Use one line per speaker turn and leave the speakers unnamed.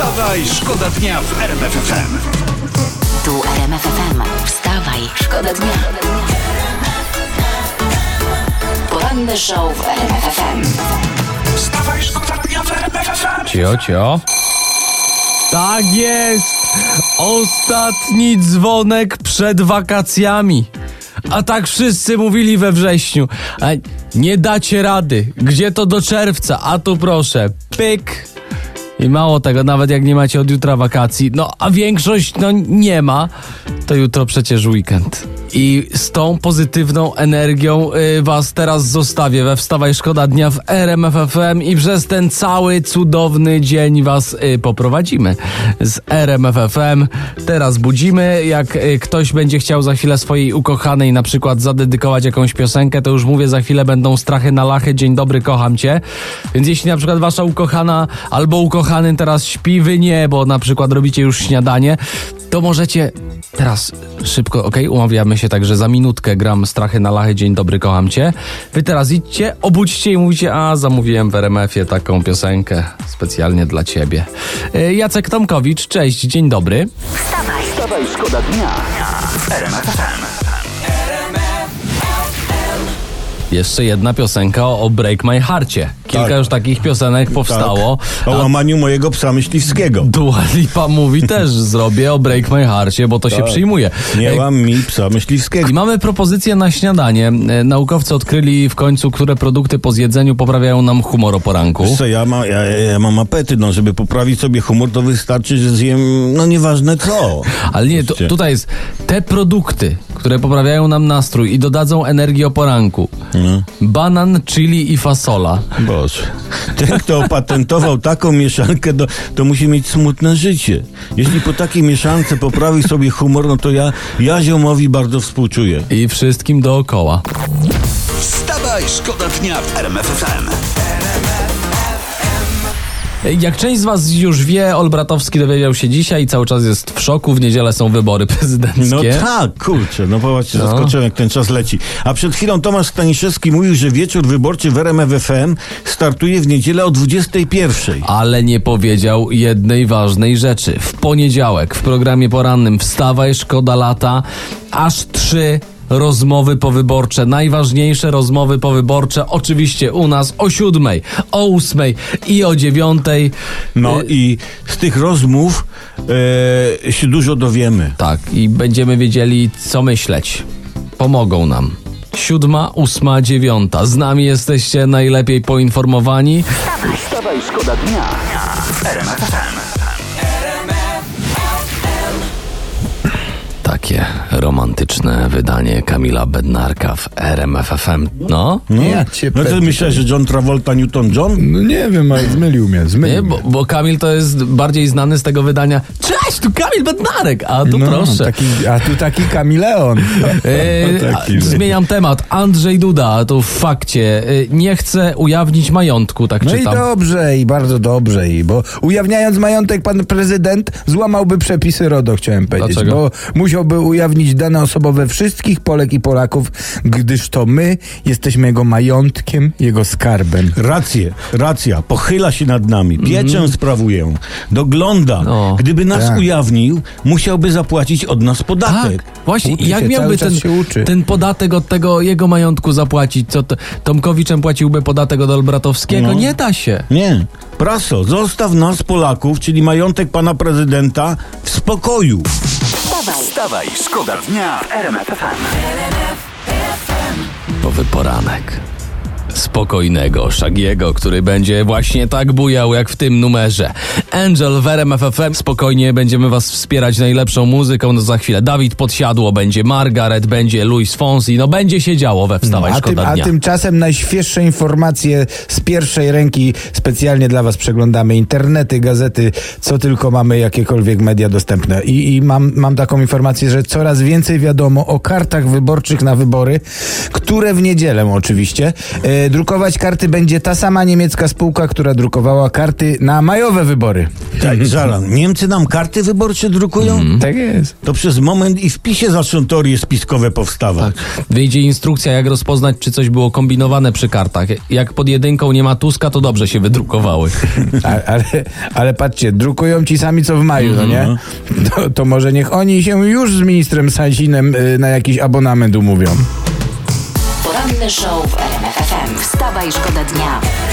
Wstawaj, szkoda dnia w RMF FM.
Tu RMF FM. Wstawaj, szkoda dnia. Poranny show w RMF FM.
Wstawaj, szkoda dnia w RMF FM.
Cio. Tak jest! Ostatni dzwonek przed wakacjami. A tak wszyscy mówili we wrześniu. A nie dacie rady. Gdzie to do czerwca? A tu proszę. Pyk. I mało tego, nawet jak nie macie od jutra wakacji, no a większość nie ma, to jutro przecież weekend. I z tą pozytywną energią was teraz zostawię we Wstawaj Szkoda Dnia w RMF FM i przez ten cały cudowny dzień was poprowadzimy. Z RMF FM teraz budzimy. Jak ktoś będzie chciał za chwilę swojej ukochanej na przykład zadedykować jakąś piosenkę, to już mówię, za chwilę będą strachy na lachy. Dzień dobry, kocham cię. Więc jeśli na przykład wasza ukochana albo ukochany teraz śpi, wy nie, bo na przykład robicie już śniadanie, to możecie teraz szybko, umawiamy się tak, że za minutkę gram strachy na lachy, dzień dobry, kocham cię. Wy teraz idźcie, obudźcie i mówicie, zamówiłem w RMF-ie taką piosenkę specjalnie dla ciebie. Jacek Tomkowicz, cześć, dzień dobry.
Wstawaj, szkoda dnia w RMF FM.
Jeszcze jedna piosenka o Break My Hearcie. Kilka już takich piosenek powstało.
Tak. O łamaniu mojego psa myśliwskiego.
Dua Lipa mówi też, zrobię o Break My Hearcie, bo to się przyjmuje.
Nie łam mi psa myśliwskiego.
I mamy propozycję na śniadanie. Naukowcy odkryli w końcu, które produkty po zjedzeniu poprawiają nam humor o poranku.
Co, ja mam apetyt, żeby poprawić sobie humor, to wystarczy, że zjem, nieważne co.
Ale nie, tutaj jest te produkty, które poprawiają nam nastrój i dodadzą energii o poranku. Banan, chili i fasola.
Boże. Ten, kto opatentował taką mieszankę, to musi mieć smutne życie. Jeśli po takiej mieszance poprawi sobie humor, to ja ziomowi bardzo współczuję.
I wszystkim dookoła.
Wstawaj, szkoda dnia w RMF FM.
Jak część z was już wie, Olbratowski dowiedział się dzisiaj i cały czas jest w szoku. W niedzielę są wybory prezydenckie.
Tak, kurczę, popatrzcie, zaskoczyłem, jak ten czas leci. A przed chwilą Tomasz Staniszewski mówił, że wieczór wyborczy w RMF FM startuje w niedzielę o 21:00.
Ale nie powiedział jednej ważnej rzeczy. W poniedziałek w programie porannym Wstawaj, szkoda lata, aż 3 rozmowy powyborcze, najważniejsze rozmowy powyborcze, oczywiście u nas o 7:00, o 8:00 i o 9:00.
I z tych rozmów się dużo dowiemy.
Tak, i będziemy wiedzieli, co myśleć. Pomogą nam. 7., 8., 9. Z nami jesteście najlepiej poinformowani.
Wstawaj, szkoda dnia w RMF FM.
Takie romantyczne wydanie Kamila Bednarka w RMF FM.
Ja cię
to myślałeś, że John Travolta, Newton-John?
No nie wiem, ale zmylił mnie.
Nie, bo Kamil to jest bardziej znany z tego wydania. Cześć, tu Kamil Bednarek, a tu proszę.
Taki Kamileon.
Zmieniam temat. Andrzej Duda, tu w fakcie, nie chce ujawnić majątku, tak czytam.
I dobrze, i bardzo dobrze, bo ujawniając majątek, pan prezydent złamałby przepisy RODO, chciałem powiedzieć.
Dlaczego?
Bo musiałby ujawnić dane osobowe wszystkich Polek i Polaków, gdyż to my jesteśmy jego majątkiem, jego skarbem.
Racja, pochyla się nad nami, pieczę sprawuję, dogląda. Gdyby nas ujawnił, musiałby zapłacić od nas podatek.
Tak, właśnie,
Uczy
jak
się,
miałby
cały czas się uczy.
ten podatek od tego jego majątku zapłacić? Co Tomkowiczem płciłby podatek od Olbratowskiego? Nie da się.
Nie. Praso, zostaw nas, Polaków, czyli majątek pana prezydenta, w spokoju.
Wstawaj, szkoda dnia w RMF FM.
Nowy poranek spokojnego Shaggy'ego, który będzie właśnie tak bujał jak w tym numerze. Angel w RMF FM. Spokojnie będziemy was wspierać najlepszą muzyką. Za chwilę Dawid Podsiadło, będzie Margaret, będzie Luis Fonsi. Będzie się działo we Wstawaj, szkoda dnia.
A tymczasem najświeższe informacje z pierwszej ręki. Specjalnie dla was przeglądamy internety, gazety, co tylko mamy, jakiekolwiek media dostępne. I mam taką informację, że coraz więcej wiadomo o kartach wyborczych na wybory, które w niedzielę oczywiście Drukować karty będzie ta sama niemiecka spółka, która drukowała karty na majowe wybory.
Tak, zaraz. Niemcy nam karty wyborcze drukują?
Tak jest.
To przez moment i w PiSie zaczną teorie spiskowe powstawać.
Wyjdzie instrukcja, jak rozpoznać, czy coś było kombinowane przy kartach. Jak pod jedynką nie ma Tuska, to dobrze się wydrukowały.
Ale patrzcie, drukują ci sami co w maju, no nie? To może niech oni się już z ministrem Sasinem na jakiś abonament umówią.
Poranny show w RMF FM. Wstawaj, szkoda dnia.